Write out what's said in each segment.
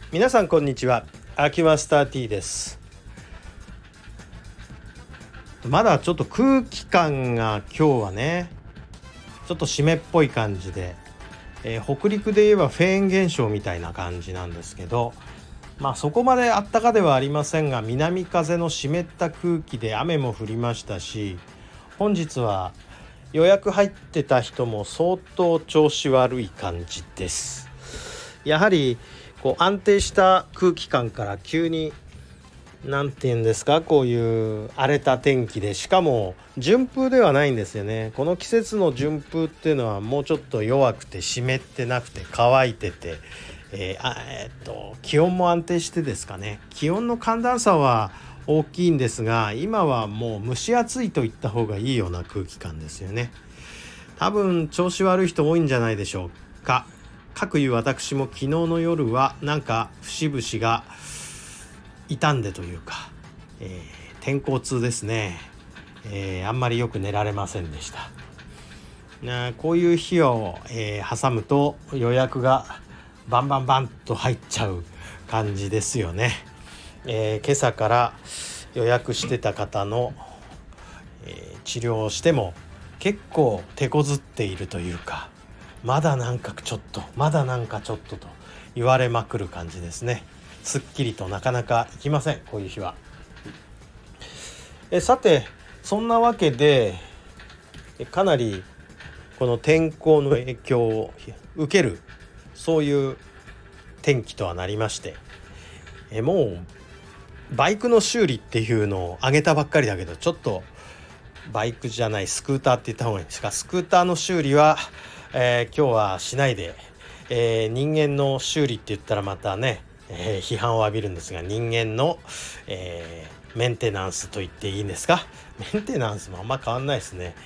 皆さんこんにちは。アキマスター T です。まだちょっと空気感が今日はねちょっと湿っぽい感じで、北陸で言えばフェーン現象みたいな感じなんですけど、そこまであったかではありませんが、南風の湿った空気で雨も降りましたし、本日は予約入ってた人も相当調子悪い感じです。やはり安定した空気感から急になんていうんですか、こういう荒れた天気で、しかも順風ではないんですよね。この季節の順風っていうのはもうちょっと弱くて湿ってなくて乾いてて、気温も安定してですかね。気温の寒暖差は大きいんですが、今はもう蒸し暑いと言った方がいいような空気感ですよね。多分調子悪い人多いんじゃないでしょうか。かくいう私も昨日の夜はなんか節々が傷んでというか、天候痛ですね。あんまりよく寝られませんでした。こういう日を、挟むと予約がバンバンバンと入っちゃう感じですよね。今朝から予約してた方の、治療をしても結構手こずっているというか、まだなんかちょっとと言われまくる感じですね。すっきりとなかなかいきません、こういう日は。さて、そんなわけでかなりこの天候の影響を受ける、そういう天気とはなりまして、もうバイクの修理っていうのを上げたばっかりだけど、ちょっとバイクじゃないスクーターって言った方がいいんですか。スクーターの修理は、今日はしないで、人間の修理って言ったらまたね、批判を浴びるんですが、人間の、メンテナンスと言っていいんですか。メンテナンスもあんま変わんないですね。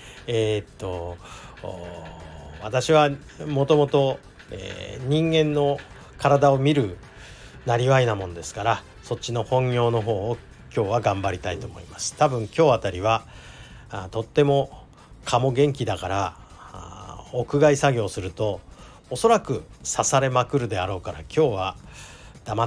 私はもともと人間の体を見るなりわいなもんですから、そっちの本業の方を今日は頑張りたいと思います。多分今日あたりはとっても蚊も元気だから、屋外作業するとおそらく刺されまくるであろうから、今日は黙って、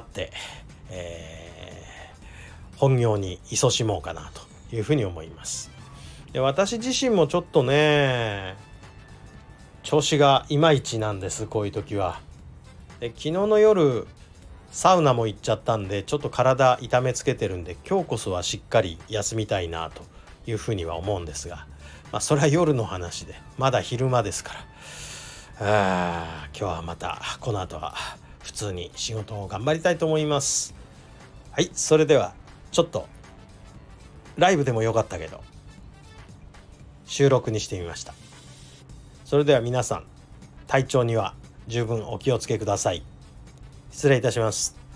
本業に勤しもうかなというふうに思います。で、私自身もちょっとね調子がいまいちなんです、こういう時は。で、昨日の夜サウナも行っちゃったんで、ちょっと体痛めつけてるんで、今日こそはしっかり休みたいなというふうには思うんですが、それは夜の話で、まだ昼間ですから、今日はまたこの後は普通に仕事を頑張りたいと思います。はい、それではちょっとライブでもよかったけど収録にしてみました。それでは皆さん、体調には十分お気をつけください。失礼いたします。